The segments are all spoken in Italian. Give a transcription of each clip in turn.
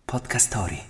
Podcast Story.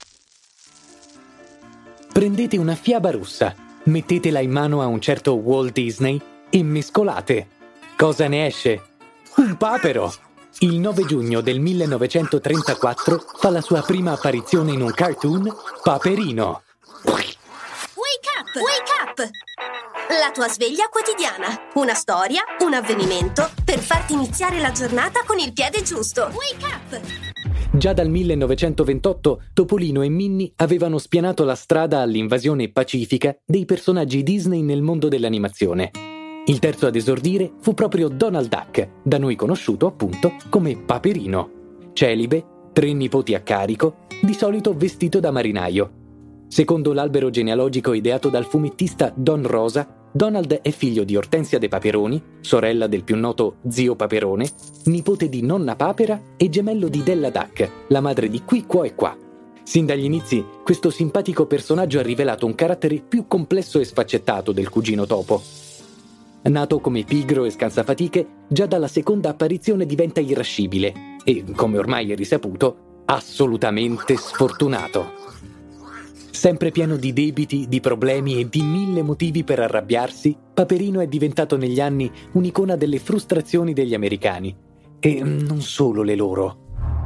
Prendete una fiaba russa, mettetela in mano a un certo Walt Disney e mescolate. Cosa ne esce? Un papero! Il 9 giugno del 1934 fa la sua prima apparizione in un cartoon Paperino. Wake up! Wake up! La tua sveglia quotidiana. Una storia, un avvenimento per farti iniziare la giornata con il piede giusto. Wake up! Già dal 1928 Topolino e Minnie avevano spianato la strada all'invasione pacifica dei personaggi Disney nel mondo dell'animazione. Il terzo ad esordire fu proprio Donald Duck, da noi conosciuto appunto come Paperino. Celibe, 3 nipoti a carico, di solito vestito da marinaio. Secondo l'albero genealogico ideato dal fumettista Don Rosa, Donald è figlio di Ortensia de Paperoni, sorella del più noto Zio Paperone, nipote di Nonna Papera e gemello di Della Duck, la madre di Qui, Quo e Qua. Sin dagli inizi, questo simpatico personaggio ha rivelato un carattere più complesso e sfaccettato del cugino topo. Nato come pigro e scansafatiche, già dalla seconda apparizione diventa irascibile e, come ormai è risaputo, assolutamente sfortunato. Sempre pieno di debiti, di problemi e di 1000 motivi per arrabbiarsi, Paperino è diventato negli anni un'icona delle frustrazioni degli americani. E non solo le loro.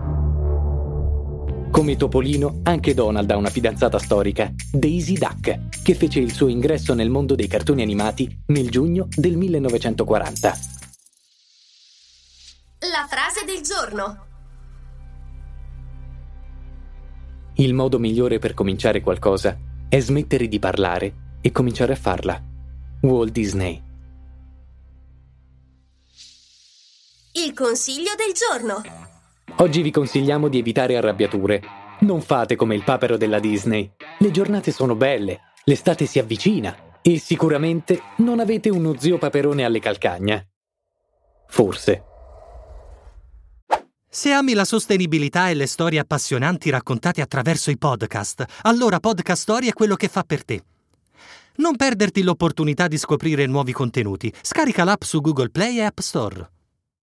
Come Topolino, anche Donald ha una fidanzata storica, Daisy Duck, che fece il suo ingresso nel mondo dei cartoni animati nel giugno del 1940. La frase del giorno. Il modo migliore per cominciare qualcosa è smettere di parlare e cominciare a farla. Walt Disney. Il consiglio del giorno. Oggi vi consigliamo di evitare arrabbiature. Non fate come il papero della Disney. Le giornate sono belle, l'estate si avvicina e sicuramente non avete uno zio Paperone alle calcagna. Forse. Se ami la sostenibilità e le storie appassionanti raccontate attraverso i podcast, allora Podcast Story è quello che fa per te. Non perderti l'opportunità di scoprire nuovi contenuti. Scarica l'app su Google Play e App Store.